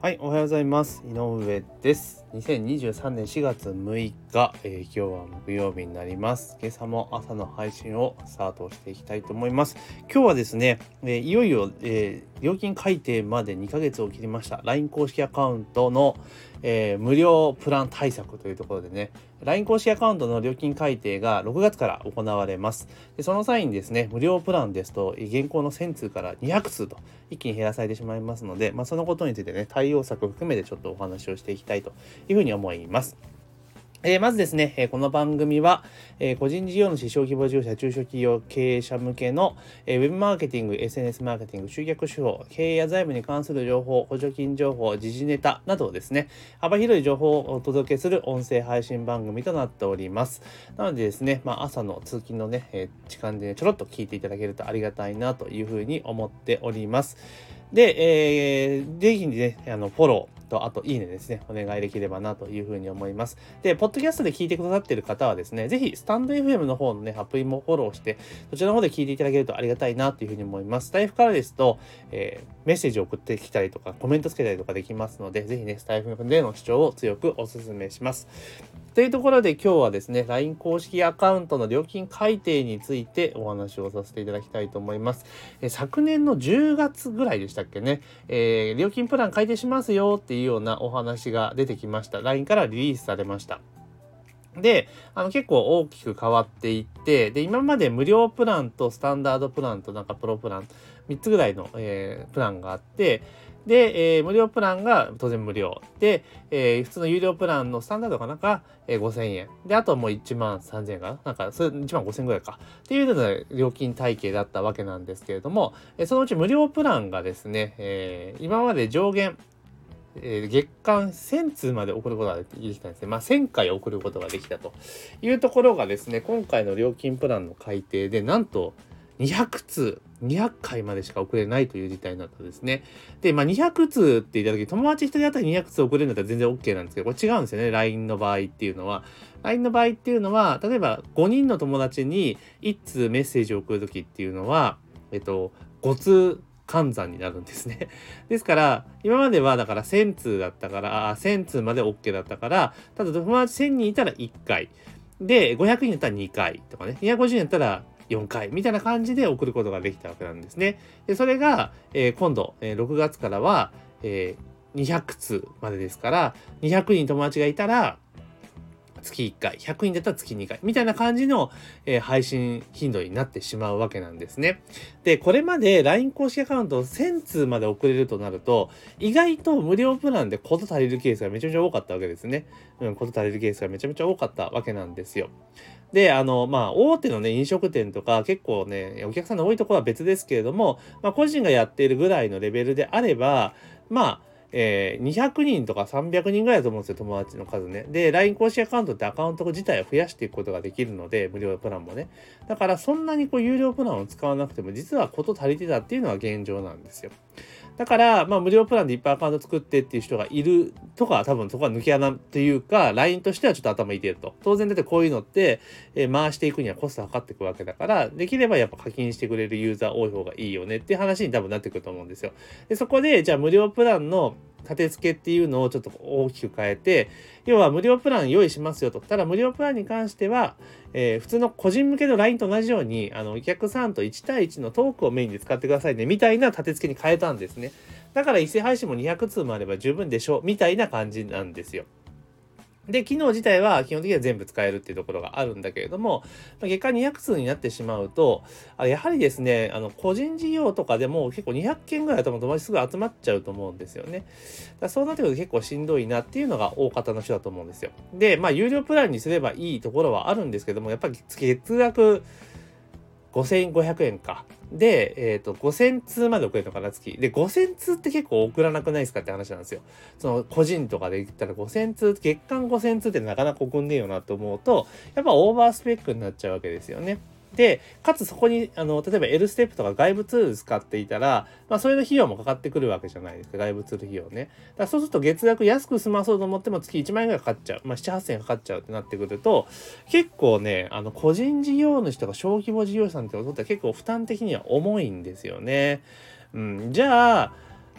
はい、おはようございます。井上です。2023年4月6日、今日は木曜日になります。今朝も朝の配信をスタートしていきたいと思います。今日はですね、いよいよ、料金改定まで2ヶ月を切りました。LINE 公式アカウントの、無料プラン対策というところでね、LINE 公式アカウントの料金改定が6月から行われます。でその際にですね、無料プランですと、現行の1000通から200通と一気に減らされてしまいますので、そのことについてね、対応策を含めてちょっとお話をしていきたいというふうに思います。まずですね、この番組は、個人事業主、小規模事業者、中小企業経営者向けの、ウェブマーケティング、SNS マーケティング、集客手法、経営や財務に関する情報、補助金情報、時事ネタなどをですね、幅広い情報をお届けする音声配信番組となっております。なのでですね、朝の通勤のね、時間で、ちょろっと聞いていただけるとありがたいなというふうに思っております。で、ぜひね、フォローと、あと、いいねですね、お願いできればなというふうに思います。で、ポッドキャストで聞いてくださっている方はですね、ぜひ、スタンド FM の方のね、アプリもフォローして、そちらの方で聞いていただけるとありがたいなというふうに思います。スタイフからですと、メッセージを送ってきたりとか、コメントつけたりとかできますので、ぜひね、スタイフでの視聴を強くお勧めします。というところで今日はですね、LINE 公式アカウントの料金改定についてお話をさせていただきたいと思います。昨年の10月ぐらいでしたっけね、料金プラン改定しますよっていうようなお話が出てきました。LINE からリリースされました。で、結構大きく変わっていって、で、今まで無料プランとスタンダードプランとなんかプロプラン、3つぐらいの、プランがあって、で、無料プランが当然無料。で、普通の有料プランのスタンダードかなんか、5000円。で、あとはもう1万3000円かななんか、それ1万5000円ぐらいか。っていうような料金体系だったわけなんですけれども、そのうち無料プランがですね、今まで上限、月間1000通まで送ることができたんですね。1000回送ることができたというところがですね、今回の料金プランの改定で、なんと200通、200回までしか送れないという事態になったんですね。で、200通って言った時、友達1人当たり200通送れるんだったら全然 OK なんですけど、これ違うんですよね、LINE の場合っていうのは。LINE の場合っていうのは、例えば5人の友達に1通メッセージを送る時っていうのは、5通換算になるんですね。ですから、今まではだから1000通だったから、1000通まで OK だったから、ただ友達1000人いたら1回。で、500人だったら2回とかね、250人だったら4回みたいな感じで送ることができたわけなんですね。で、それが、今度、6月からは、200通までですから、200人友達がいたら、月1回、100人だったら月2回、みたいな感じの、配信頻度になってしまうわけなんですね。で、これまで LINE 公式アカウントを1000通まで送れるとなると、意外と無料プランで事足りるケースがめちゃめちゃ多かったわけですね。事足りるケースがめちゃめちゃ多かったわけなんですよ。で、大手のね、飲食店とか結構ね、お客さんの多いところは別ですけれども、個人がやっているぐらいのレベルであれば、200人とか300人ぐらいだと思うんですよ、友達の数ね。で、LINE 公式アカウントってアカウント自体を増やしていくことができるので、無料プランもね。だからそんなに有料プランを使わなくても、実は事足りてたっていうのは現状なんですよ。だから、無料プランでいっぱいアカウント作ってっていう人がいるとか、多分そこは抜け穴っていうか、LINE としてはちょっと頭いいてると。当然だってこういうのって、回していくにはコストかかっていくわけだから、できればやっぱ課金してくれるユーザー多い方がいいよねっていう話に多分なってくると思うんですよ。で、そこで、じゃあ無料プランの立て付けっていうのをちょっと大きく変えて、要は無料プラン用意しますよと。ただ無料プランに関しては、普通の個人向けの LINE と同じように、お客さんと1対1のトークをメインで使ってくださいね、みたいな立て付けに変えたんですね。だから一斉配信も200通もあれば十分でしょ、みたいな感じなんですよ。で、機能自体は基本的には全部使えるっていうところがあるんだけれども、月間200通になってしまうと、やはりですね、個人事業とかでも結構200件ぐらい多分友達すぐ集まっちゃうと思うんですよね。そうなってくると結構しんどいなっていうのが大方の人だと思うんですよ。で、有料プランにすればいいところはあるんですけども、やっぱり月額5500円か。で、5000通まで送れるのかな、月。で、5000通って結構送らなくないですかって話なんですよ。その、個人とかで言ったら5000通、月間5000通ってなかなか送んねえよなと思うと、やっぱオーバースペックになっちゃうわけですよね。で、かつそこに、例えば L ステップとか外部ツール使っていたら、それの費用もかかってくるわけじゃないですか、外部ツール費用ね。だからそうすると月額安く済まそうと思っても月1万円ぐらいかかっちゃう。7、8000円かかっちゃうってなってくると、結構ね、個人事業主とか小規模事業者さんってことって結構負担的には重いんですよね。じゃあ、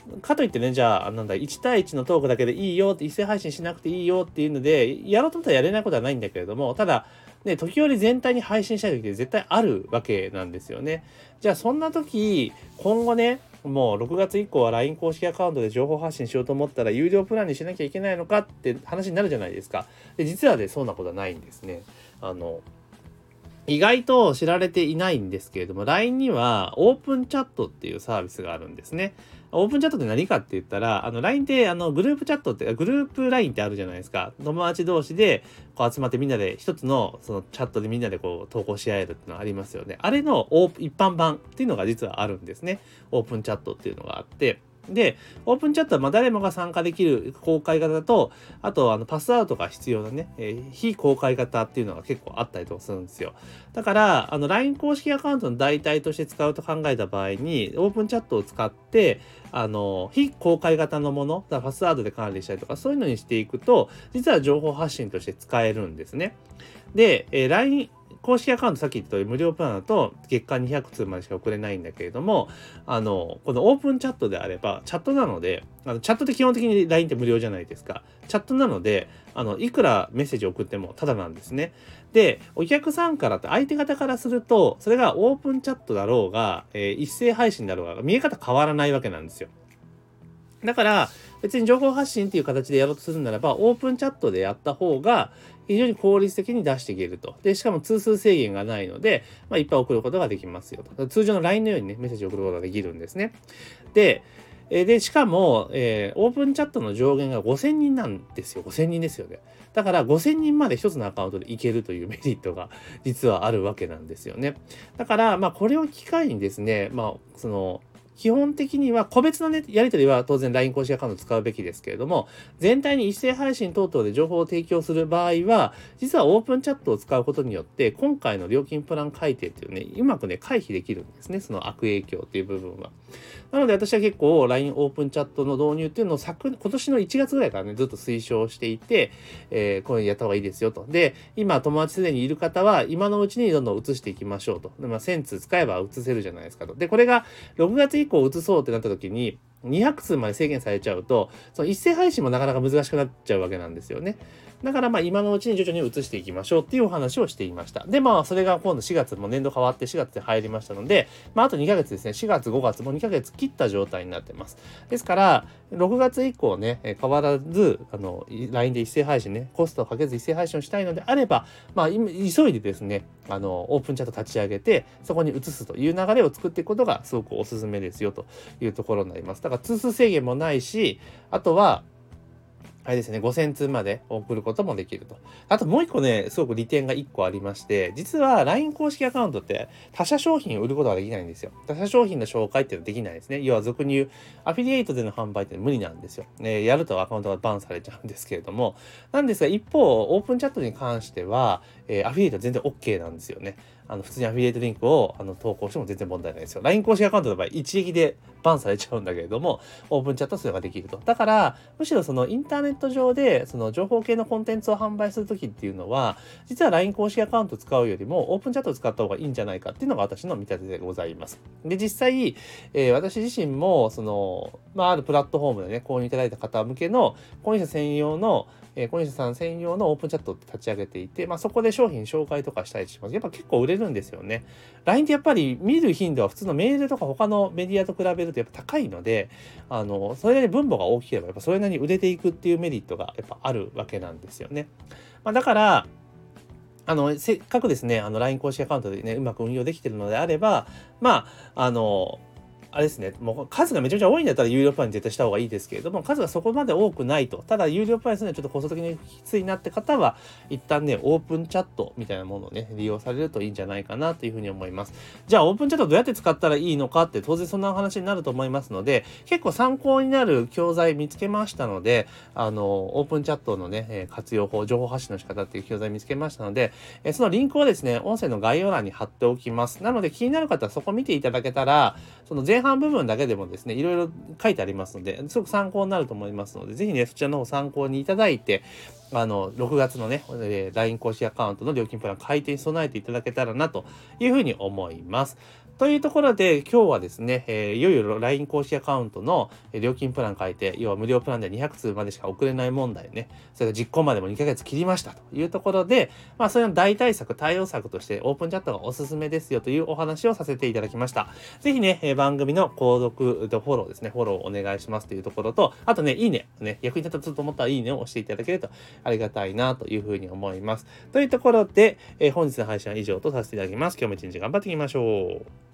かといってね、じゃあ、1対1のトークだけでいいよって、一斉配信しなくていいよっていうので、やろうと思ったらやれないことはないんだけれども、ただ、ね、時折全体に配信したい時って絶対あるわけなんですよね。じゃあ、そんな時、今後ね、もう6月以降は LINE 公式アカウントで情報発信しようと思ったら、有料プランにしなきゃいけないのかって話になるじゃないですか。で、実はね、そんなことはないんですね。意外と知られていないんですけれども、LINE にはオープンチャットっていうサービスがあるんですね。オープンチャットって何かって言ったら、LINE ってグループチャットって、グループ LINE ってあるじゃないですか。友達同士でこう集まってみんなで一つのそのチャットでみんなでこう投稿し合えるっていうのがありますよね。あれの一般版っていうのが実はあるんですね。オープンチャットっていうのがあって。で、オープンチャットは誰もが参加できる公開型と、あとパスアウトが必要なね、非公開型っていうのが結構あったりとかするんですよ。だから、LINE 公式アカウントの代替として使うと考えた場合に、オープンチャットを使って、非公開型のもの、パスワードで管理したりとか、そういうのにしていくと、実は情報発信として使えるんですね。で、LINE 公式アカウントさっき言った通り無料プランだと月間200通までしか送れないんだけれども、このオープンチャットであれば、チャットなので、チャットって基本的に LINE って無料じゃないですか。チャットなので、いくらメッセージを送ってもタダなんですね。で、お客さんからって相手方からすると、それがオープンチャットだろうが、一斉配信だろうが、見え方変わらないわけなんですよ。だから、別に情報発信っていう形でやろうとするならば、オープンチャットでやった方が、非常に効率的に出していけると。で、しかも通数制限がないので、いっぱい送ることができますよと。通常の LINE のようにね、メッセージを送ることができるんですね。で、しかも、オープンチャットの上限が5000人なんですよ。5000人ですよね。だから5000人まで一つのアカウントでいけるというメリットが実はあるわけなんですよね。だから、これを機会にですね、基本的には個別のね、やり取りは当然 LINE 公式アカウントを使うべきですけれども、全体に一斉配信等々で情報を提供する場合は、実はオープンチャットを使うことによって、今回の料金プラン改定っていうね、うまくね、回避できるんですね。その悪影響っていう部分は。なので私は結構 LINE オープンチャットの導入っていうのを今年の1月ぐらいからね、ずっと推奨していて、こういうのやった方がいいですよと。で、今友達すでにいる方は、今のうちにどんどん移していきましょうと。1000通使えば移せるじゃないですかと。で、これが6月以降移そうってなった時に、200通まで制限されちゃうと、その一斉配信もなかなか難しくなっちゃうわけなんですよね。だから今のうちに徐々に移していきましょうっていうお話をしていました。で、それが今度4月も年度変わって4月で入りましたので、あと2ヶ月ですね、4月5月も2ヶ月切った状態になってます。ですから、6月以降ね、変わらず、LINE で一斉配信ね、コストをかけず一斉配信をしたいのであれば、急いでですね、オープンチャット立ち上げて、そこに移すという流れを作っていくことがすごくおすすめですよというところになります。だから通数制限もないし、あとは、あれですね、5000通まで送ることもできると。あともう一個ね、すごく利点が1個ありまして、実は LINE 公式アカウントって他社商品を売ることができないんですよ。他社商品の紹介っていうのはできないですね。要は俗に言うアフィリエイトでの販売って無理なんですよ。やるとアカウントがバンされちゃうんですけれども。なんですが、一方、オープンチャットに関しては、アフィリエイトは全然 OK なんですよね。普通にアフィリエイトリンクを投稿しても全然問題ないですよ。LINE 公式アカウントの場合、一撃でバンされちゃうんだけれども、オープンチャットそれができると。だから、むしろそのインターネット上で、その情報系のコンテンツを販売するときっていうのは、実は LINE 公式アカウントを使うよりも、オープンチャットを使った方がいいんじゃないかっていうのが私の見立てでございます。で、実際、私自身も、あるプラットフォームでね、購入いただいた方向けの、購入者さん専用のオープンチャットって立ち上げていて、そこで商品紹介とかしたりします。やっぱ結構売れるんですよね。LINE ってやっぱり見る頻度は普通のメールとか他のメディアと比べるとやっぱ高いので、それなりに分母が大きければやっぱそれなりに売れていくっていうメリットがやっぱあるわけなんですよね。だから、せっかくですね、LINE 公式アカウントでね、うまく運用できているのであれば、あれですね、もう数がめちゃめちゃ多いんだったら有料プランに絶対した方がいいですけれども、数がそこまで多くないと。ただ有料プランにするのはちょっとコスト的にきついなって方は、一旦ね、オープンチャットみたいなものをね、利用されるといいんじゃないかなというふうに思います。じゃあオープンチャットどうやって使ったらいいのかって当然そんな話になると思いますので、結構参考になる教材見つけましたので、オープンチャットのね、活用法、情報発信の仕方っていう教材見つけましたので、そのリンクをですね、音声の概要欄に貼っておきます。なので気になる方はそこ見ていただけたら、その前半部分だけでもですね、いろいろ書いてありますので、すごく参考になると思いますので、ぜひね、そちらの方参考にいただいて、6月のね、LINE 公式アカウントの料金プラン改定に備えていただけたらなというふうに思います。 というところで、今日はですね、いよいよ LINE 公式アカウントの料金プラン変えて、要は無料プランで200通までしか送れない問題ね、それが実行までも2ヶ月切りましたというところで、それの代替策、対応策としてオープンチャットがおすすめですよというお話をさせていただきました。ぜひね、番組の購読とフォローですね、フォローお願いしますというところと、あとね、いいね、役に立ったと思ったらいいねを押していただけるとありがたいなというふうに思います。というところで、本日の配信は以上とさせていただきます。今日も一日頑張っていきましょう。